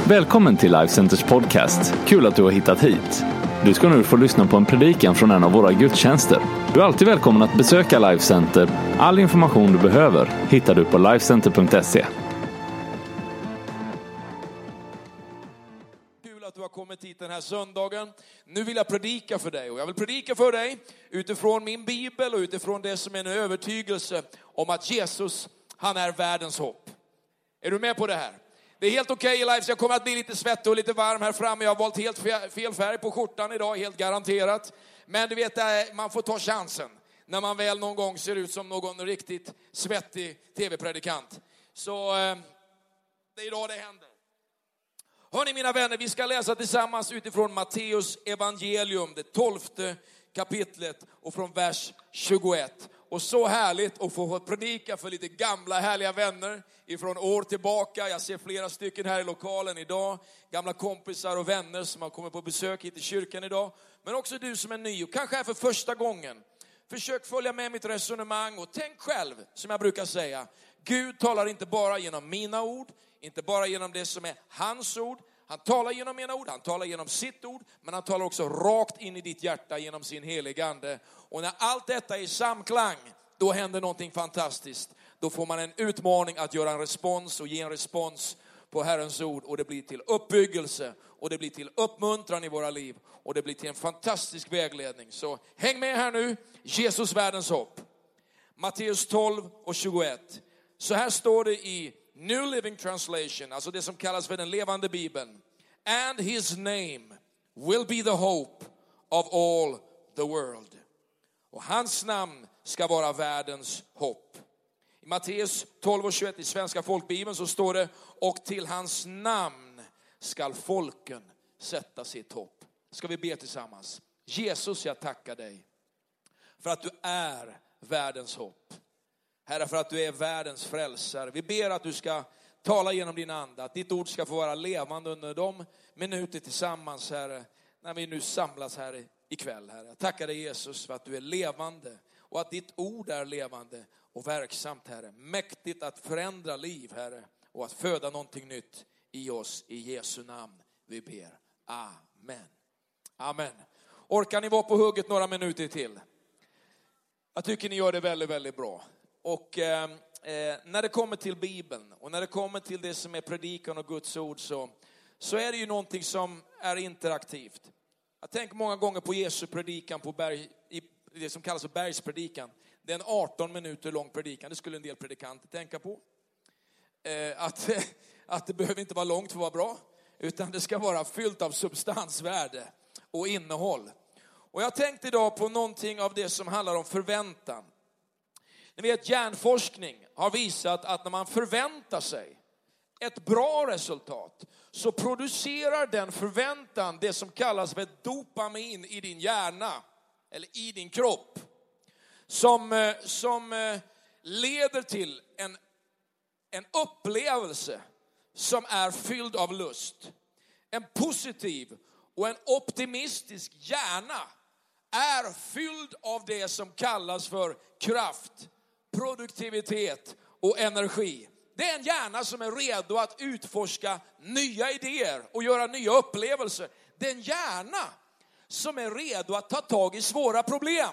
Välkommen till Life Centers podcast. Kul att du har hittat hit. Du ska nu få lyssna på en predikan från en av våra gudstjänster. Du är alltid välkommen att besöka Life Center. All information du behöver hittar du på lifecenter.se. Kul att du har kommit hit den här söndagen. Nu vill jag predika för dig. Och jag vill predika för dig utifrån min bibel och utifrån det som är en övertygelse om att Jesus, han är världens hopp. Är du med på det här? Det är helt okej i live, så jag kommer att bli lite svettig och lite varm här framme. Jag har valt helt fel färg på skjortan idag, helt garanterat. Men du vet, man får ta chansen när man väl någon gång ser ut som någon riktigt svettig tv-predikant. Så det är idag det händer. Hörrni mina vänner, vi ska läsa tillsammans utifrån Matteus evangelium, det 12:e kapitlet och från vers 21. Och så härligt att få predika för lite gamla härliga vänner ifrån år tillbaka. Jag ser flera stycken här i lokalen idag. Gamla kompisar och vänner som har kommit på besök hit i kyrkan idag. Men också du som är ny och kanske är för första gången. Försök följa med mitt resonemang och tänk själv, som jag brukar säga. Gud talar inte bara genom mina ord, inte bara genom det som är hans ord. Han talar genom mina ord, han talar genom sitt ord, men han talar också rakt in i ditt hjärta genom sin heliga ande. Och när allt detta är i samklang, då händer någonting fantastiskt. Då får man en utmaning att göra en respons och ge en respons på Herrens ord. Och det blir till uppbyggelse och det blir till uppmuntran i våra liv. Och det blir till en fantastisk vägledning. Så häng med här nu, Jesus världens hopp. Matteus 12 och 21. Så här står det i New Living Translation, alltså det som kallas för den levande bibeln. And his name will be the hope of all the world. Och hans namn ska vara världens hopp. I Matteus 12 och 21 i svenska folkbibeln så står det: och till hans namn ska folken sätta sitt hopp. Ska vi be tillsammans. Jesus, jag tackar dig för att du är världens hopp. Herre, för att du är världens frälsare. Vi ber att du ska tala genom din ande. Att ditt ord ska få vara levande under de minuter tillsammans, Herre. När vi nu samlas här ikväll, Herre. Jag tackar dig, Jesus, för att du är levande. Och att ditt ord är levande och verksamt, Herre. Mäktigt att förändra liv, Herre. Och att föda någonting nytt i oss. I Jesu namn vi ber. Amen. Amen. Orkar ni vara på hugget några minuter till? Jag tycker ni gör det väldigt, väldigt bra. Och när det kommer till Bibeln och när det kommer till det som är predikan och Guds ord så är det ju någonting som är interaktivt. Jag tänker många gånger på Jesu predikan på det som kallas för bergspredikan. Det är en 18 minuter lång predikan. Det skulle en del predikanter tänka på. Att det behöver inte vara långt för att vara bra, utan det ska vara fyllt av substansvärde och innehåll. Och jag tänkte idag på någonting av det som handlar om förväntan. Ni vet, hjärnforskning har visat att när man förväntar sig ett bra resultat så producerar den förväntan det som kallas för ett dopamin i din hjärna eller i din kropp som leder till en upplevelse som är fylld av lust. En positiv och en optimistisk hjärna är fylld av det som kallas för kraft, produktivitet och energi. Det är en hjärna som är redo att utforska nya idéer och göra nya upplevelser. Det är en hjärna som är redo att ta tag i svåra problem.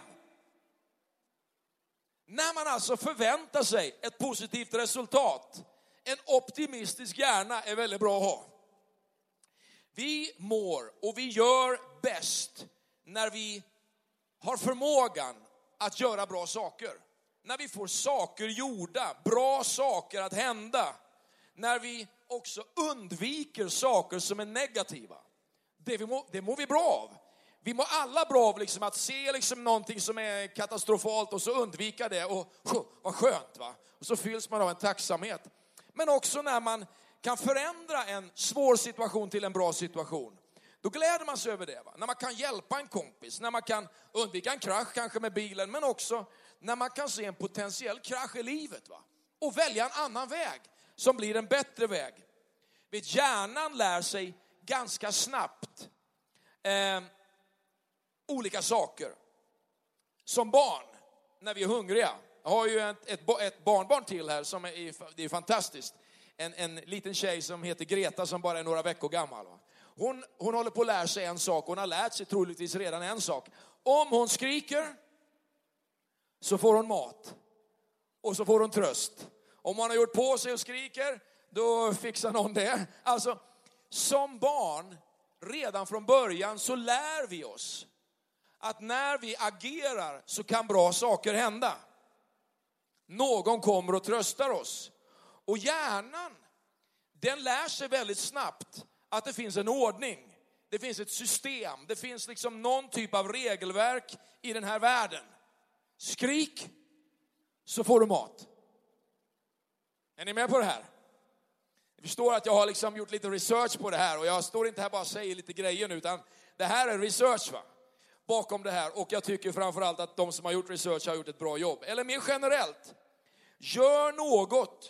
När man alltså förväntar sig ett positivt resultat, en optimistisk hjärna är väldigt bra att ha. Vi mår och vi gör bäst när vi har förmågan att göra bra saker. När vi får saker gjorda, bra saker att hända. När vi också undviker saker som är negativa. Det mår vi bra av. Vi mår alla bra av liksom att se liksom någonting som är katastrofalt och så undvika det. Och vad skönt, va? Och så fylls man av en tacksamhet. Men också när man kan förändra en svår situation till en bra situation. Då gläder man sig över det, va? När man kan hjälpa en kompis, när man kan undvika en krasch kanske med bilen, men också när man kan se en potentiell krasch i livet, va? Och välja en annan väg som blir en bättre väg. Hjärnan lär sig ganska snabbt olika saker. Som barn, när vi är hungriga. Jag har ju ett barnbarn till här som det är fantastiskt. en liten tjej som heter Greta som bara är några veckor gammal. Va? Hon håller på att lära sig en sak. Hon har lärt sig troligtvis redan en sak. Om hon skriker så får hon mat. Och så får hon tröst. Om man har gjort på sig och skriker, då fixar någon det. Alltså, som barn, redan från början så lär vi oss att när vi agerar så kan bra saker hända. Någon kommer och tröstar oss. Och hjärnan, den lär sig väldigt snabbt att det finns en ordning. Det finns ett system. Det finns liksom någon typ av regelverk i den här världen. Skrik så får du mat. Är ni med på det här? Jag förstår att jag har liksom gjort lite research på det här. Och jag står inte här bara och säger lite grejer nu. Utan det här är research bakom det här. Och jag tycker framförallt att de som har gjort research har gjort ett bra jobb. Eller mer generellt. Gör något.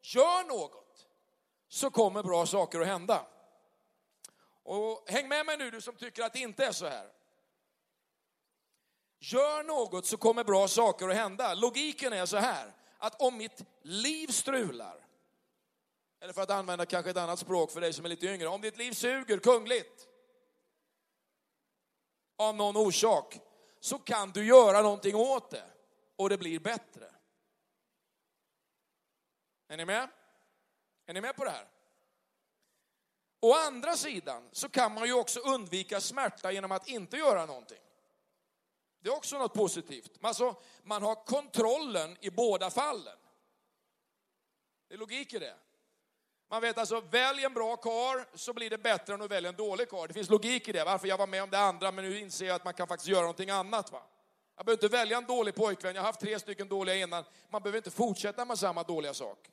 Så kommer bra saker att hända. Och häng med mig nu du som tycker att det inte är så här. Gör något så kommer bra saker att hända. Logiken är så här. Att om mitt liv strular. Eller för att använda kanske ett annat språk för dig som är lite yngre. Om ditt liv suger kungligt. Av någon orsak. Så kan du göra någonting åt det. Och det blir bättre. Är ni med? Är ni med på det här? Å andra sidan så kan man ju också undvika smärta genom att inte göra någonting. Det är också något positivt. Alltså, man har kontrollen i båda fallen. Det är logik i det. Man vet alltså, välj en bra kar så blir det bättre än att välja en dålig kar. Det finns logik i det. Varför jag var med om det andra, men nu inser jag att man kan faktiskt göra någonting annat. Va? Jag behöver inte välja en dålig pojkvän. Jag har haft 3 stycken dåliga innan. Man behöver inte fortsätta med samma dåliga sak.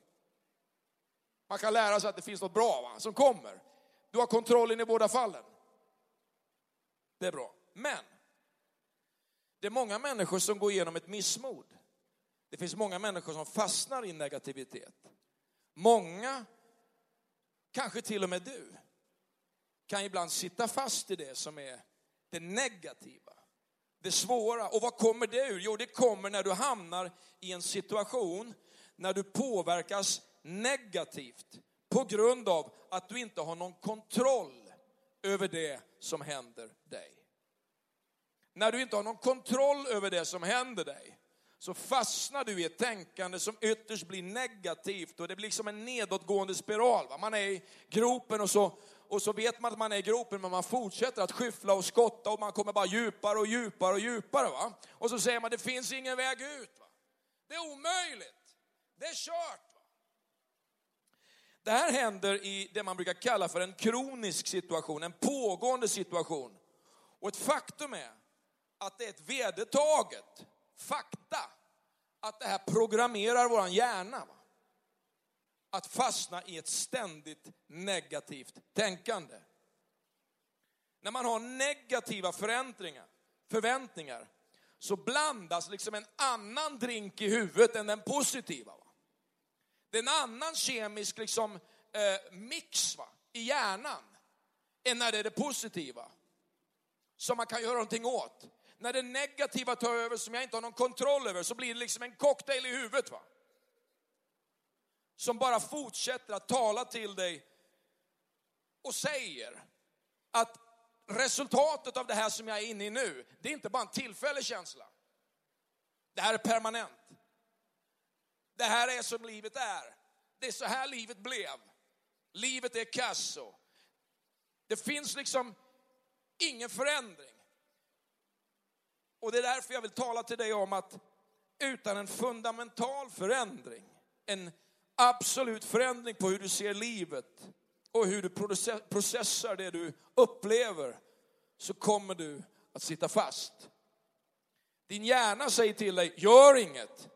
Man kan lära sig att det finns något bra som kommer. Du har kontrollen i båda fallen. Det är bra. Men det är många människor som går igenom ett missmod. Det finns många människor som fastnar i negativitet. Många, kanske till och med du, kan ibland sitta fast i det som är det negativa. Det svåra. Och vad kommer det ur? Jo, det kommer när du hamnar i en situation när du påverkas negativt på grund av att du inte har någon kontroll över det som händer dig. När du inte har någon kontroll över det som händer dig så fastnar du i ett tänkande som ytterst blir negativt och det blir liksom en nedåtgående spiral. Va? Man är i gropen och så vet man att man är i gropen, men man fortsätter att skyffla och skotta och man kommer bara djupare och djupare och djupare. Va? Och så säger man det finns ingen väg ut. Va? Det är omöjligt. Det är kört. Va? Det här händer i det man brukar kalla för en kronisk situation, en pågående situation. Och ett faktum är att det är ett vedertaget fakta att det här programmerar våran hjärna. Va? Att fastna i ett ständigt negativt tänkande. När man har negativa förväntningar så blandas liksom en annan drink i huvudet än den positiva. Va? Det är en annan kemisk liksom, mix i hjärnan än när det är det positiva. Som man kan göra någonting åt. När det negativa tar över som jag inte har någon kontroll över så blir det liksom en cocktail i huvudet. Va? Som bara fortsätter att tala till dig och säger att resultatet av det här som jag är inne i nu, det är inte bara en tillfällig känsla. Det här är permanent. Det här är som livet är. Det är så här livet blev. Livet är kasso. Det finns liksom ingen förändring. Och det är därför jag vill tala till dig om att utan en fundamental förändring, en absolut förändring på hur du ser livet och hur du processar det du upplever, så kommer du att sitta fast. Din hjärna säger till dig, gör inget.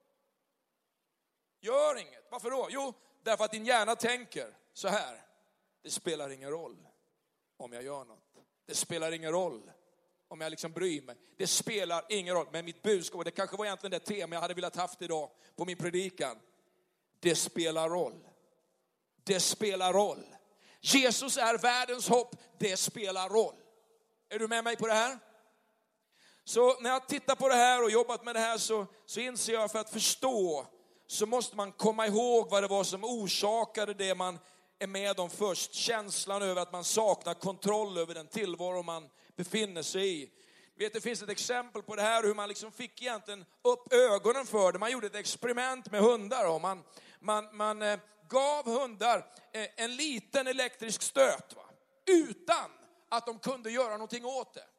Gör inget. Varför då? Jo, därför att din hjärna tänker så här. Det spelar ingen roll om jag gör något. Det spelar ingen roll om jag liksom bryr mig. Det spelar ingen roll. Men mitt budskap, och det kanske var egentligen det tema jag hade velat haft idag på min predikan. Det spelar roll. Det spelar roll. Jesus är världens hopp. Det spelar roll. Är du med mig på det här? Så när jag tittar på det här och jobbat med det här så inser jag, för att förstå så måste man komma ihåg vad det var som orsakade det man är med om först. Känslan över att man saknar kontroll över den tillvaro man befinner sig i. Vet, det finns ett exempel på det här, hur man liksom fick egentligen upp ögonen för det. Man gjorde ett experiment med hundar och man gav hundar en liten elektrisk stöt, va? Utan att de kunde göra någonting åt det.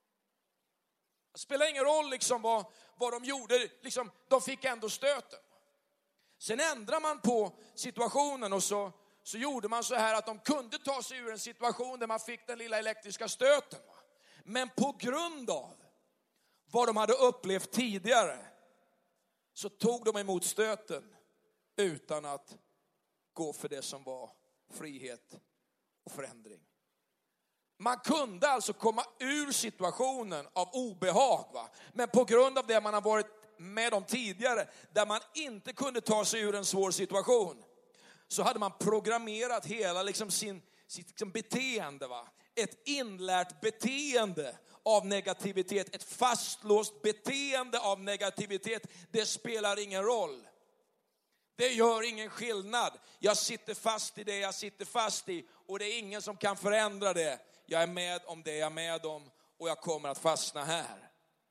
Det spelar ingen roll liksom vad de gjorde, liksom, de fick ändå stöten. Sen ändrar man på situationen och så gjorde man så här att de kunde ta sig ur en situation där man fick den lilla elektriska stöten. Va? Men på grund av vad de hade upplevt tidigare så tog de emot stöten utan att gå för det som var frihet och förändring. Man kunde alltså komma ur situationen av obehag, va? Men på grund av det man har varit med om tidigare, där man inte kunde ta sig ur en svår situation, så hade man programmerat hela liksom sitt beteende, va? Ett inlärt beteende av negativitet, ett fastlåst beteende av negativitet. Det spelar ingen roll. Det gör ingen skillnad. Jag sitter fast i det jag sitter fast i och det är ingen som kan förändra det. Jag är med om det jag är med om och jag kommer att fastna här.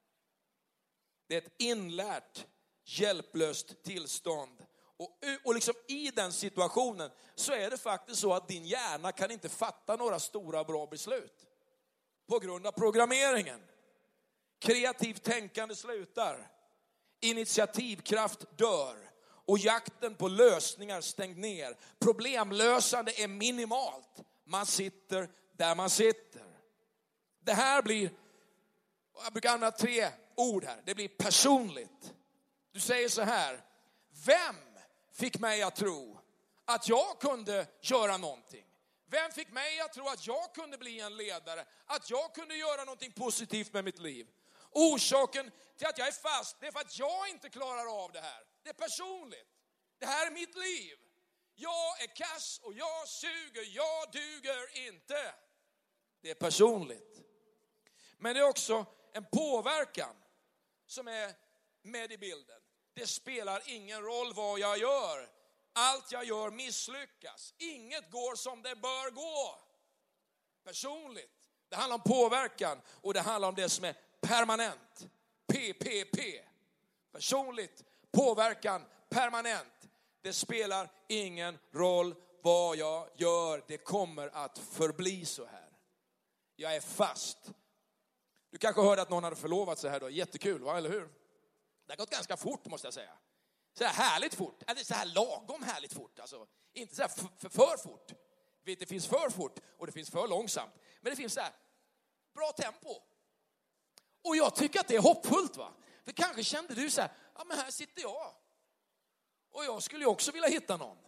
Det är ett inlärt, hjälplöst tillstånd. Och liksom i den situationen så är det faktiskt så att din hjärna kan inte fatta några stora bra beslut. På grund av programmeringen. Kreativt tänkande slutar. Initiativkraft dör. Och jakten på lösningar stängd ner. Problemlösande är minimalt. Man sitter där man sitter. Det här blir, jag brukar använda 3 ord här. Det blir personligt. Du säger så här: vem fick mig att tro att jag kunde göra någonting? Vem fick mig att tro att jag kunde bli en ledare? Att jag kunde göra någonting positivt med mitt liv? Orsaken till att jag är fast, det är för att jag inte klarar av det här. Det är personligt. Det här är mitt liv. Jag är kass och jag suger. Jag duger inte. Det är personligt. Men det är också en påverkan som är med i bilden. Det spelar ingen roll vad jag gör. Allt jag gör misslyckas. Inget går som det bör gå. Personligt. Det handlar om påverkan och det handlar om det som är permanent. PPP. Personligt. Påverkan. Permanent. Det spelar ingen roll vad jag gör. Det kommer att förbli så här. Jag är fast. Du kanske hörde att någon hade förlovat sig här då. Jättekul, va? Eller hur? Det har gått ganska fort, måste jag säga. Så här härligt fort. Eller så här lagom härligt fort. Alltså, inte så här för fort. Det finns för fort och det finns för långsamt. Men det finns så här bra tempo. Och jag tycker att det är hoppfullt, va? För kanske kände du så här, ja men här sitter jag. Och jag skulle ju också vilja hitta någon.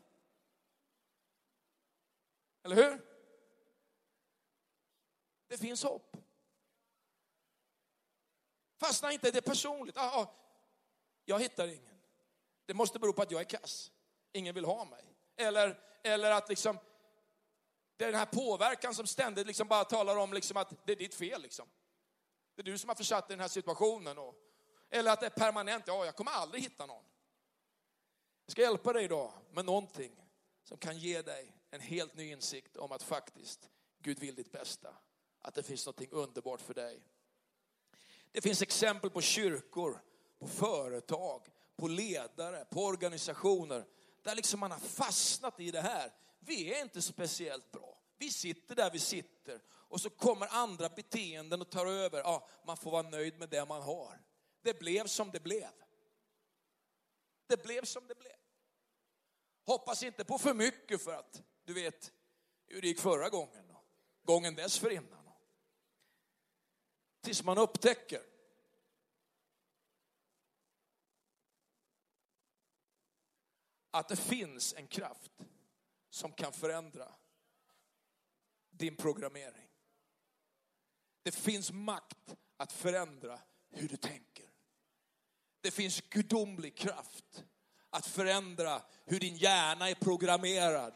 Eller hur? Det finns hopp. Fastna inte, det är personligt. Jag hittar ingen. Det måste bero på att jag är kass. Ingen vill ha mig. Eller att liksom, det är den här påverkan som ständigt liksom bara talar om liksom att det är ditt fel. Liksom. Det är du som har försatt i den här situationen. Eller att det är permanent. Ja, jag kommer aldrig hitta någon. Jag ska hjälpa dig idag med någonting som kan ge dig en helt ny insikt om att faktiskt Gud vill ditt bästa. Att det finns någonting underbart för dig. Det finns exempel på kyrkor, på företag, på ledare, på organisationer där liksom man har fastnat i det här. Vi är inte speciellt bra. Vi sitter där vi sitter och så kommer andra beteenden och tar över. Ja, man får vara nöjd med det man har. Det blev som det blev. Det blev som det blev. Hoppas inte på för mycket för att du vet hur det gick förra gången och gången dessförinnan. Tills man upptäcker att det finns en kraft som kan förändra din programmering. Det finns makt att förändra hur du tänker. Det finns gudomlig kraft att förändra hur din hjärna är programmerad.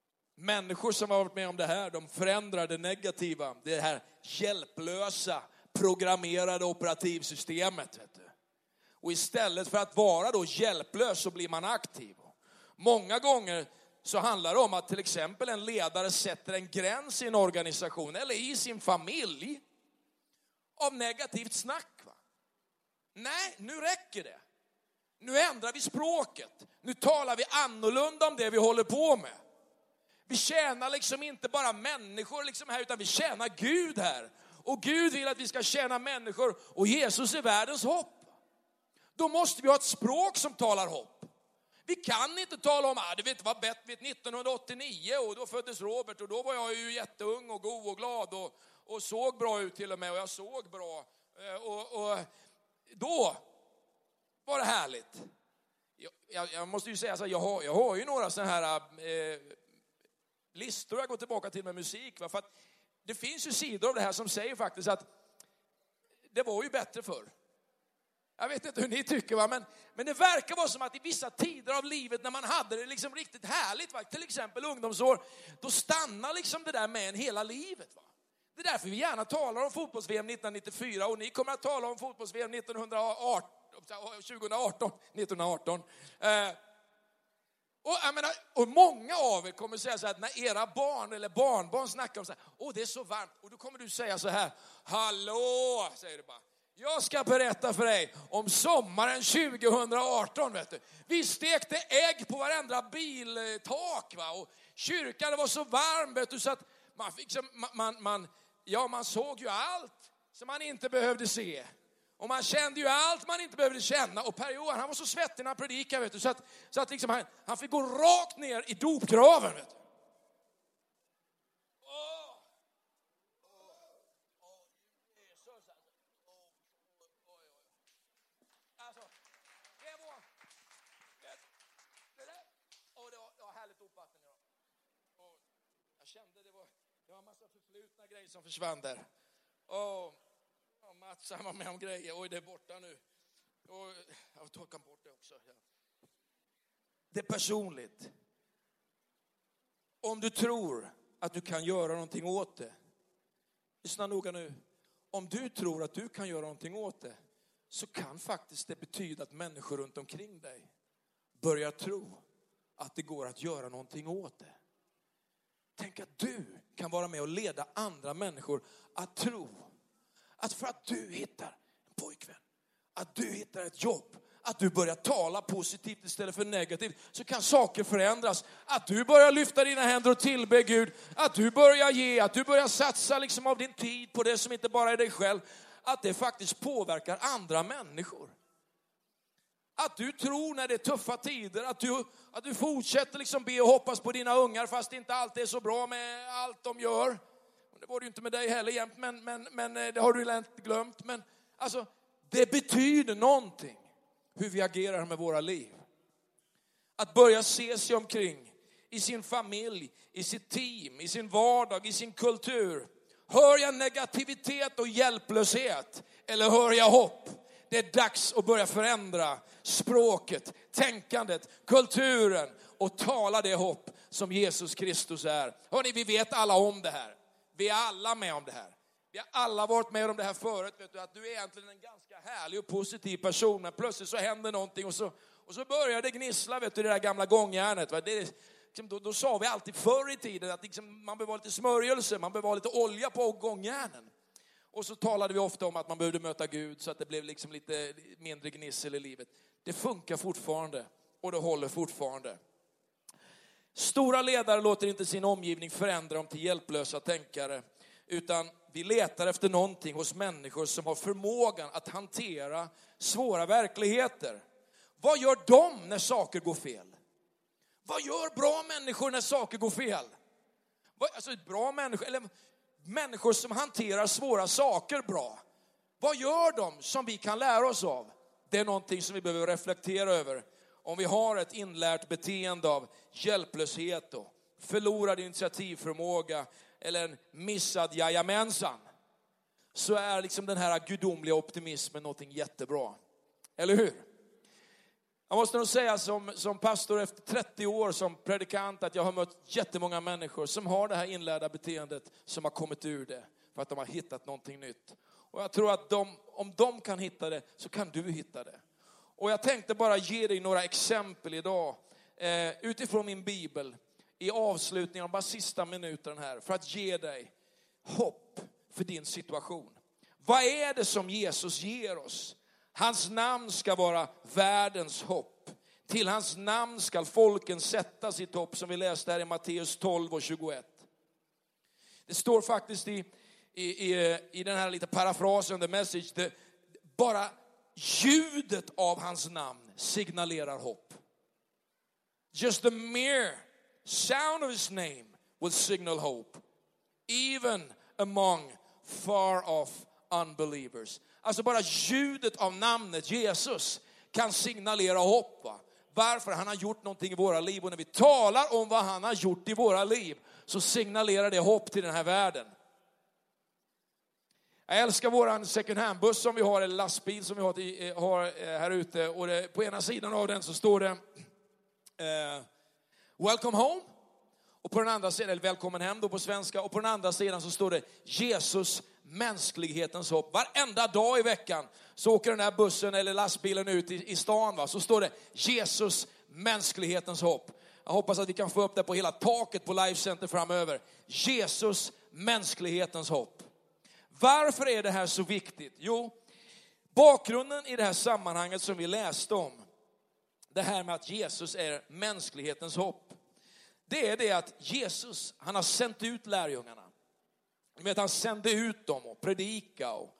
Människor som har varit med om det här, de förändrar det negativa, det här hjälplösa programmerade operativsystemet. Vet du. Och istället för att vara då hjälplös så blir man aktiv. Många gånger så handlar det om att till exempel en ledare sätter en gräns i en organisation eller i sin familj av negativt snack. Va? Nej, nu räcker det. Nu ändrar vi språket. Nu talar vi annorlunda om det vi håller på med. Vi tjänar liksom inte bara människor liksom här, utan vi tjänar Gud här. Och Gud vill att vi ska tjäna människor, och Jesus är världens hopp. Då måste vi ha ett språk som talar hopp. Vi kan inte tala om, det vet vad bättre 1989 och då föddes Robert och då var jag ju jätteung och god och glad och såg bra ut till och med, och jag såg bra och då var det härligt. Jag måste ju säga så här, jag har ju några sådana här listor jag går tillbaka till med musik. Va? För att det finns ju sidor av det här som säger faktiskt att det var ju bättre förr. Jag vet inte hur ni tycker, va? Men det verkar vara som att i vissa tider av livet när man hade det liksom riktigt härligt, va? Till exempel ungdomsår, då stannar liksom det där med en hela livet. Va? Det är därför vi gärna talar om fotbolls-VM 1994 och ni kommer att tala om fotbolls-VM 1918. Och många av er kommer säga så här att när era barn eller barnbarn snackar om så här, det är så varmt, och då kommer du säga så här, hallå, säger du bara. Jag ska berätta för dig om sommaren 2018, vet du. Vi stekte ägg på varandra biltak, va? Och kyrkan var så varm, vet du, så att man fick man såg ju allt som man inte behövde se. Och man kände ju allt man inte behövde känna. Och Per Johan, han var så svettig när han predikade, vet du, så att liksom han fick gå rakt ner i dopgraven, vet du. Det var en massa förflutna grejer som försvann där. Mats, han var med om grejer. Oj, det är borta nu. Jag tog bort det också. Ja. Det är personligt. Om du tror att du kan göra någonting åt det. Lyssna noga nu. Om du tror att du kan göra någonting åt det, så kan faktiskt det betyda att människor runt omkring dig börjar tro att det går att göra någonting åt det. Tänk att du kan vara med och leda andra människor att tro att för att du hittar en pojkvän, att du hittar ett jobb, att du börjar tala positivt istället för negativt, så kan saker förändras. Att du börjar lyfta dina händer och tillbe Gud, att du börjar ge, att du börjar satsa liksom av din tid på det som inte bara är dig själv, att det faktiskt påverkar andra människor. Att du tror när det är tuffa tider, att du fortsätter liksom be och hoppas på dina ungar fast det inte alltid är så bra med allt de gör. Och det var det ju inte med dig heller jämt, men det har du inte glömt. Men alltså, det betyder någonting hur vi agerar med våra liv. Att börja se sig omkring i sin familj, i sitt team, i sin vardag, i sin kultur. Hör jag negativitet och hjälplöshet eller hör jag hopp? Det är dags att börja förändra språket, tänkandet, kulturen och tala det hopp som Jesus Kristus är. Hörrni, vi vet alla om det här. Vi är alla med om det här. Vi har alla varit med om det här förut. Vet du, att du är egentligen en ganska härlig och positiv person, men plötsligt så händer någonting och så börjar det gnissla, vet du, det där gamla gångjärnet. Va? Det är, liksom, då sa vi alltid förr i tiden att liksom, man behöver lite smörjelse, man behöver lite olja på gångjärnen. Och så talade vi ofta om att man behövde möta Gud så att det blev liksom lite mindre gnissel i livet. Det funkar fortfarande och det håller fortfarande. Stora ledare låter inte sin omgivning förändra dem till hjälplösa tänkare, utan vi letar efter någonting hos människor som har förmågan att hantera svåra verkligheter. Vad gör de när saker går fel? Vad gör bra människor när saker går fel? Alltså bra människor, eller människor som hanterar svåra saker bra. Vad gör de som vi kan lära oss av? Det är någonting som vi behöver reflektera över. Om vi har ett inlärt beteende av hjälplöshet och förlorad initiativförmåga eller en missad jajamensan, så är liksom den här gudomliga optimismen någonting jättebra. Eller hur? Jag måste nog säga som pastor efter 30 år som predikant att jag har mött jättemånga människor som har det här inlärda beteendet, som har kommit ur det för att de har hittat någonting nytt. Och jag tror att om de kan hitta det så kan du hitta det. Och jag tänkte bara ge dig några exempel idag utifrån min bibel i avslutningen av bara sista minuten här för att ge dig hopp för din situation. Vad är det som Jesus ger oss? Hans namn ska vara världens hopp. Till hans namn ska folken sätta sitt hopp, som vi läste här i Matteus 12 och 21. Det står faktiskt i den här lite parafrasen, the message, bara ljudet av hans namn signalerar hopp. Just the mere sound of his name will signal hope, even among far off unbelievers. Alltså bara ljudet av namnet Jesus kan signalera hopp, va? Varför? Han har gjort någonting i våra liv, och när vi talar om vad han har gjort i våra liv så signalerar det hopp till den här världen. Jag älskar våran second hand-buss som vi har, eller lastbil som vi har här ute. Och på ena sidan av den så står det Welcome home. Och på den andra sidan, eller välkommen hem då på svenska. Och på den andra sidan så står det Jesus, mänsklighetens hopp. Varenda dag i veckan så åker den här bussen eller lastbilen ut i stan, va? Så står det Jesus, mänsklighetens hopp. Jag hoppas att vi kan få upp det på hela taket på Life Center framöver. Jesus, mänsklighetens hopp. Varför är det här så viktigt? Jo, bakgrunden i det här sammanhanget som vi läste om, det här med att Jesus är mänsklighetens hopp, det är det att Jesus, han har sänt ut lärjungarna. Ni vet, han sände ut dem och predika och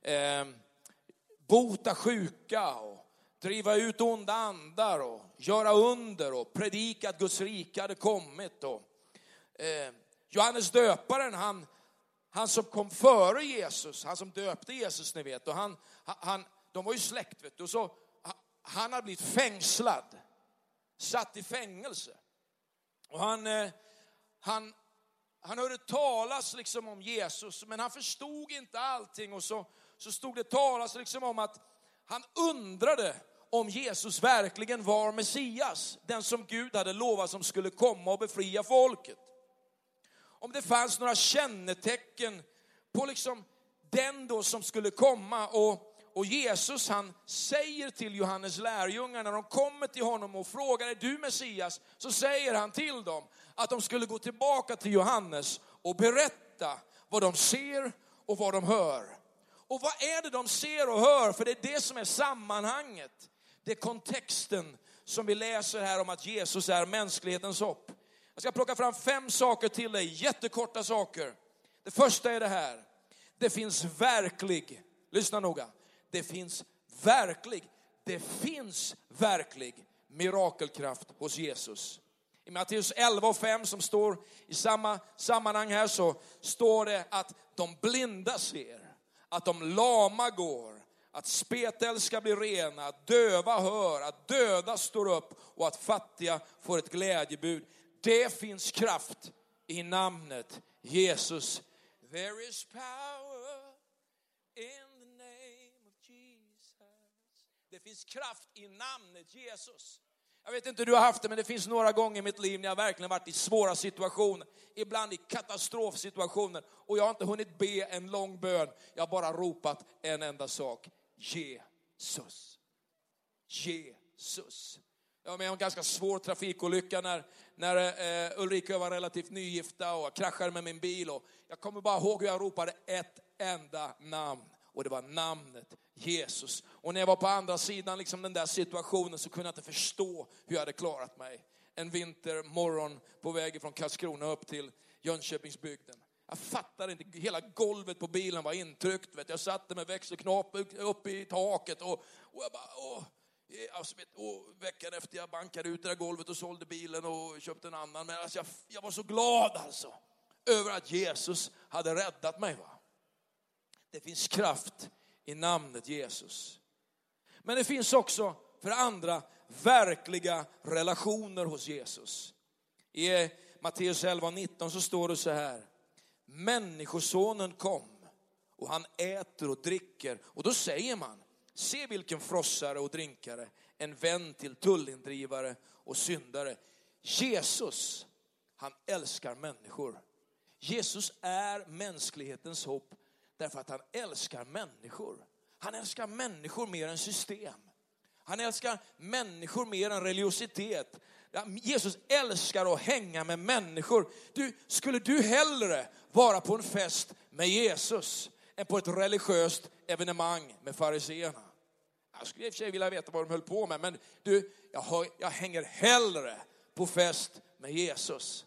bota sjuka och driva ut onda andar och göra under och predika att Guds rike hade kommit. Och Johannes döparen, han som kom före Jesus, han som döpte Jesus, ni vet, och de var ju släkt, vet du, och så han hade blivit fängslad, satt i fängelse. Och han hörde talas liksom om Jesus, men han förstod inte allting, och så stod det talas liksom om att han undrade om Jesus verkligen var Messias, den som Gud hade lovat som skulle komma och befria folket. Om det fanns några kännetecken på liksom den då som skulle komma. Och Jesus, han säger till Johannes lärjungar när de kommer till honom och frågar, är du Messias? Så säger han till dem att de skulle gå tillbaka till Johannes och berätta vad de ser och vad de hör. Och vad är det de ser och hör? För det är det som är sammanhanget. Det är kontexten som vi läser här om att Jesus är mänsklighetens hopp. Jag ska plocka fram 5 saker till dig, jättekorta saker. Det första är det här. Det finns verklig, lyssna noga. Det finns verklig mirakelkraft hos Jesus. I Matteus 11 och 5 som står i samma sammanhang här, så står det att de blinda ser, att de lama går, att spetälska blir rena, att döva hör, att döda står upp och att fattiga får ett glädjebud. Det finns kraft i namnet Jesus. There is power in the name of Jesus. Det finns kraft i namnet Jesus. Jag vet inte hur du har haft det, men det finns några gånger i mitt liv när jag verkligen varit i svåra situationer. Ibland i katastrofsituationer. Och jag har inte hunnit be en lång bön. Jag har bara ropat en enda sak. Jesus. Jesus. Jag var med om en ganska svår trafikolycka när Ulrika var relativt nygifta och jag kraschade med min bil. Och jag kommer bara ihåg hur jag ropade ett enda namn. Och det var namnet Jesus. Och när jag var på andra sidan liksom den där situationen så kunde jag inte förstå hur jag hade klarat mig. En vintermorgon på väg från Karlskrona upp till Jönköpingsbygden. Jag fattade inte, hela golvet på bilen var intryckt. Vet. Jag satte med växelknapp upp i taket och jag bara... veckan efter jag bankade ut det där golvet och sålde bilen och köpte en annan. Men alltså jag var så glad alltså över att Jesus hade räddat mig. Va? Det finns kraft i namnet Jesus. Men det finns också för andra verkliga relationer hos Jesus. I Matteus 11:19 så står det så här. Människosonen kom och han äter och dricker. Och då säger man, se vilken frossare och drinkare, en vän till tullindrivare och syndare. Jesus, han älskar människor. Jesus är mänsklighetens hopp Därför att han älskar människor. Han älskar människor mer än system. Han älskar människor mer än religiositet. Jesus älskar att hänga med människor. Skulle du hellre vara på en fest med Jesus än på ett religiöst evenemang med fariseerna? Jag skulle i och för sig vilja veta vad de höll på med. Men jag hänger hellre på fest med Jesus.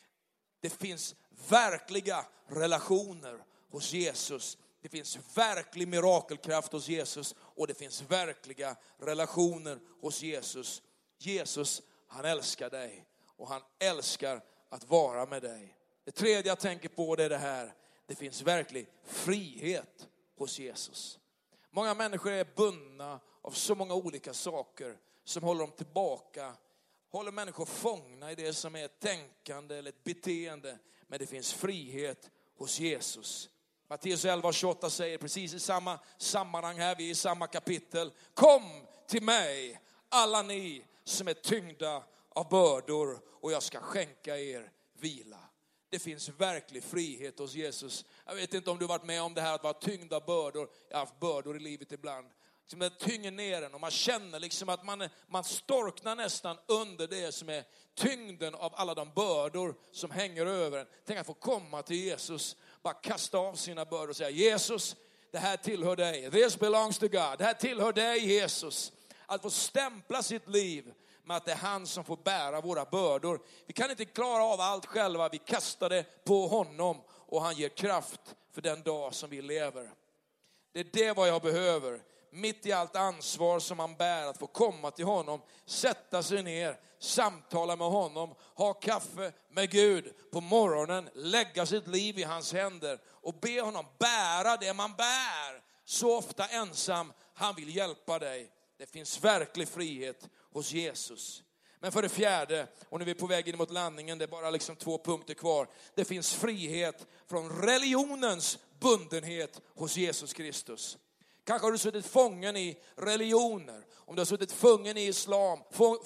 Det finns verkliga relationer hos Jesus. Det finns verklig mirakelkraft hos Jesus. Och det finns verkliga relationer hos Jesus. Jesus, han älskar dig. Och han älskar att vara med dig. Det tredje jag tänker på det är det här. Det finns verklig frihet hos Jesus. Många människor är bundna av så många olika saker som håller dem tillbaka. Håller människor fångna i det som är ett tänkande eller ett beteende. Men det finns frihet hos Jesus. Matteus 11:28 säger precis i samma sammanhang här, vi är i samma kapitel. Kom till mig, alla ni som är tyngda av bördor, och jag ska skänka er vila. Det finns verklig frihet hos Jesus. Jag vet inte om du varit med om det här att vara tyngd av bördor. Jag har haft bördor i livet ibland. Som det tynger ner en och man känner liksom att man storknar nästan under det som är tyngden av alla de bördor som hänger över en. Tänk att få komma till Jesus, bara kasta av sina bördor och säga: Jesus, det här tillhör dig. This belongs to God. Det här tillhör dig, Jesus. Att få stämpla sitt liv med att det är han som får bära våra bördor. Vi kan inte klara av allt själva. Vi kastar det på honom och han ger kraft för den dag som vi lever. Det är det vad jag behöver. Mitt i allt ansvar som man bär, att få komma till honom, sätta sig ner, samtala med honom, ha kaffe med Gud på morgonen, lägga sitt liv i hans händer och be honom bära det man bär. Så ofta ensam, han vill hjälpa dig. Det finns verklig frihet hos Jesus. Men för det fjärde, och nu är vi på väg in mot landningen, det är bara liksom 2 punkter kvar. Det finns frihet från religionens bundenhet hos Jesus Kristus. Kanske har du suttit fången i religioner. Om du har suttit fången i islam,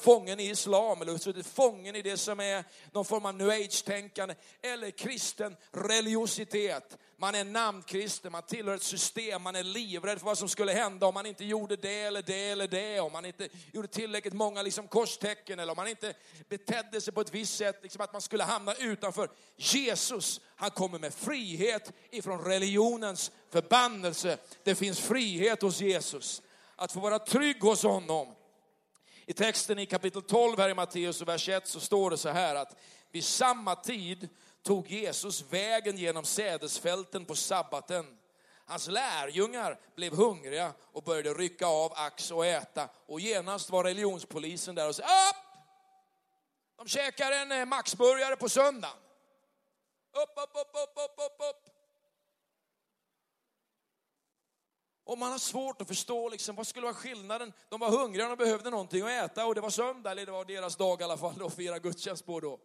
eller du har suttit fången i det som är någon form av new age-tänkande eller kristen religiositet. Man är namnkristen, man tillhör ett system, man är livrädd för vad som skulle hända om man inte gjorde det eller det eller det. Om man inte gjorde tillräckligt många liksom korstecken, eller om man inte betedde sig på ett visst sätt, liksom att man skulle hamna utanför. Jesus, han kommer med frihet ifrån religionens förbannelse. Det finns frihet hos Jesus. Att få vara trygg hos honom. I texten i kapitel 12 här i Matteus och vers 1 så står det så här att vid samma tid tog Jesus vägen genom sädesfälten på sabbaten. Hans lärjungar blev hungriga och började rycka av ax och äta. Och genast var religionspolisen där och sa: upp! De käkar en maxburgare på söndagen. Upp. Och man har svårt att förstå liksom, vad skulle vara skillnaden. De var hungriga och de behövde någonting att äta. Och det var söndag, eller det var deras dag i alla fall, att fira gudstjänst på då.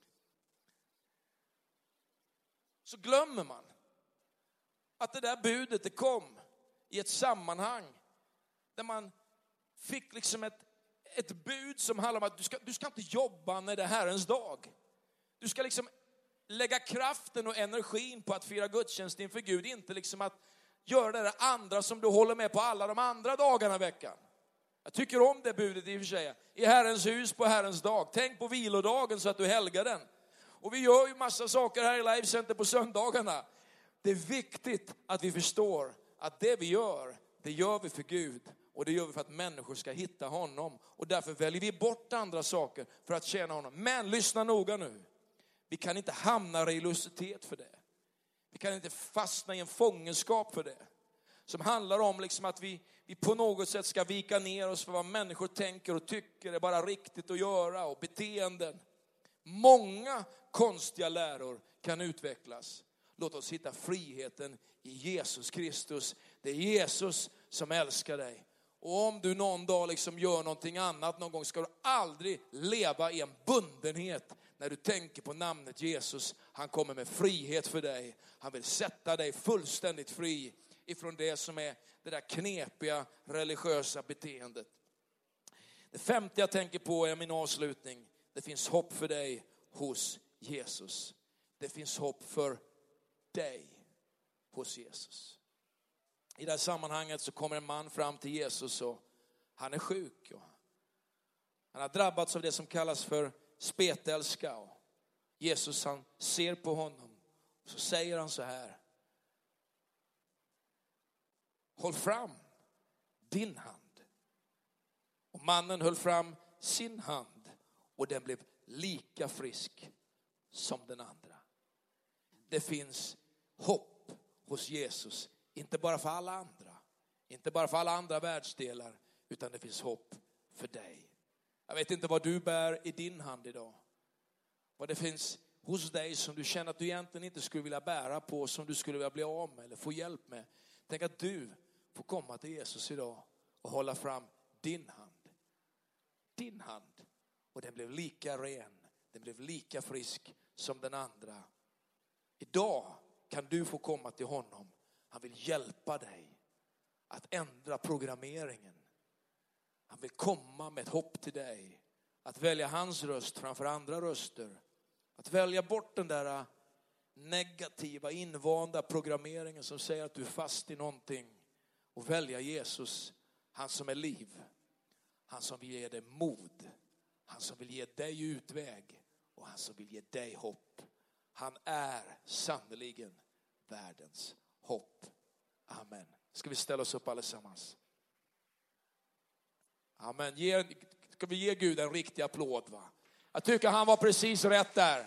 Så glömmer man att det där budet det kom i ett sammanhang där man fick liksom ett bud som handlar om att du ska inte jobba när det är Herrens dag. Du ska liksom lägga kraften och energin på att fira gudstjänst inför Gud, inte liksom att göra det där andra som du håller med på alla de andra dagarna i veckan. Jag tycker om det budet i och för sig. I Herrens hus på Herrens dag. Tänk på vilodagen så att du helgar den. Och vi gör ju massa saker här i Life Center på söndagarna. Det är viktigt att vi förstår att det vi gör, det gör vi för Gud. Och det gör vi för att människor ska hitta honom. Och därför väljer vi bort andra saker för att tjäna honom. Men lyssna noga nu. Vi kan inte hamna i religiositet för det. Vi kan inte fastna i en fångenskap för det. Som handlar om liksom att vi på något sätt ska vika ner oss för vad människor tänker och tycker är bara riktigt att göra. Och beteenden. Många konstiga läror kan utvecklas. Låt oss hitta friheten i Jesus Kristus. Det är Jesus som älskar dig. Och om du någon dag liksom gör någonting annat någon gång, ska du aldrig leva i en bundenhet. När du tänker på namnet Jesus, han kommer med frihet för dig. Han vill sätta dig fullständigt fri ifrån det som är det där knepiga religiösa beteendet. Det femte jag tänker på är min avslutning. Det finns hopp för dig hos Jesus. Det finns hopp för dig. hos Jesus. I det här sammanhanget så kommer en man fram till Jesus och han är sjuk. Och han har drabbats av det som kallas för spetälska. Och Jesus, han ser på honom och så säger han så här: håll fram din hand. Och mannen höll fram sin hand och den blev lika frisk som den andra. Det finns hopp hos Jesus, inte bara för alla andra, inte bara för alla andra världsdelar, utan det finns hopp för dig. Jag vet inte vad du bär i din hand idag. Vad det finns hos dig som du känner att du egentligen inte skulle vilja bära på, som du skulle vilja bli av med eller få hjälp med. Tänk att du får komma till Jesus idag och hålla fram din hand. Din hand. Och den blev lika ren, den blev lika frisk som den andra. Idag kan du få komma till honom. Han vill hjälpa dig att ändra programmeringen. Han vill komma med ett hopp till dig. Att välja hans röst framför andra röster. Att välja bort den där negativa, invanda programmeringen som säger att du är fast i någonting. Och välja Jesus, han som är liv. Han som vill ge dig mod. Han som vill ge dig utväg. Och han som vill ge dig hopp. Han är sannoliken världens hopp. Amen. Ska vi ställa oss upp allesammans? Amen. Ska vi ge Gud en riktig applåd, va? Jag tycker han var precis rätt där.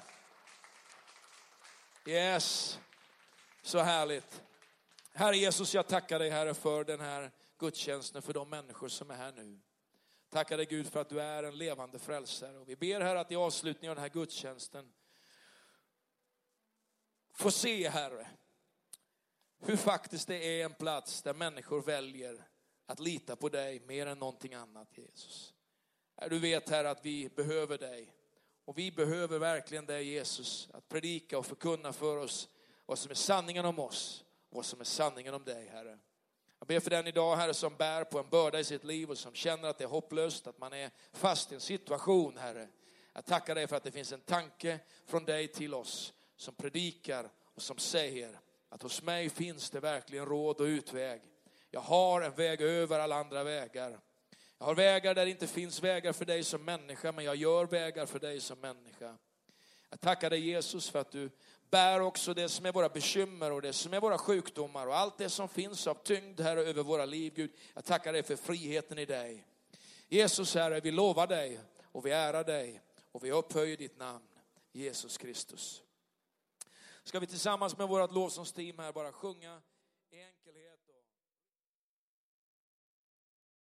Yes. Så härligt. Herre Jesus, jag tackar dig, Herre, för den här gudstjänsten, för de människor som är här nu. Tackar dig, Gud, för att du är en levande frälsare. Och vi ber, Herre, att i avslutningen av den här gudstjänsten få se, Herre, hur faktiskt det är en plats där människor väljer att lita på dig mer än någonting annat, Jesus. Du vet, Herre, att vi behöver dig. Och vi behöver verkligen dig, Jesus, att predika och förkunna för oss vad som är sanningen om oss och vad som är sanningen om dig, Herre. Jag ber för den idag, Herre, som bär på en börda i sitt liv och som känner att det är hopplöst, att man är fast i en situation, Herre. Jag tackar dig för att det finns en tanke från dig till oss som predikar och som säger att hos mig finns det verkligen råd och utväg. Jag har en väg över alla andra vägar. Jag har vägar där det inte finns vägar för dig som människa, men jag gör vägar för dig som människa. Jag tackar dig, Jesus, för att du bär också det som är våra bekymmer och det som är våra sjukdomar och allt det som finns av tyngd, Herre, över våra liv, Gud. Jag tackar dig för friheten i dig. Jesus, Herre, vi lovar dig och vi ärar dig och vi upphöjer ditt namn, Jesus Kristus. Ska vi tillsammans med vårt lovsångsteam här bara sjunga i enkelhet.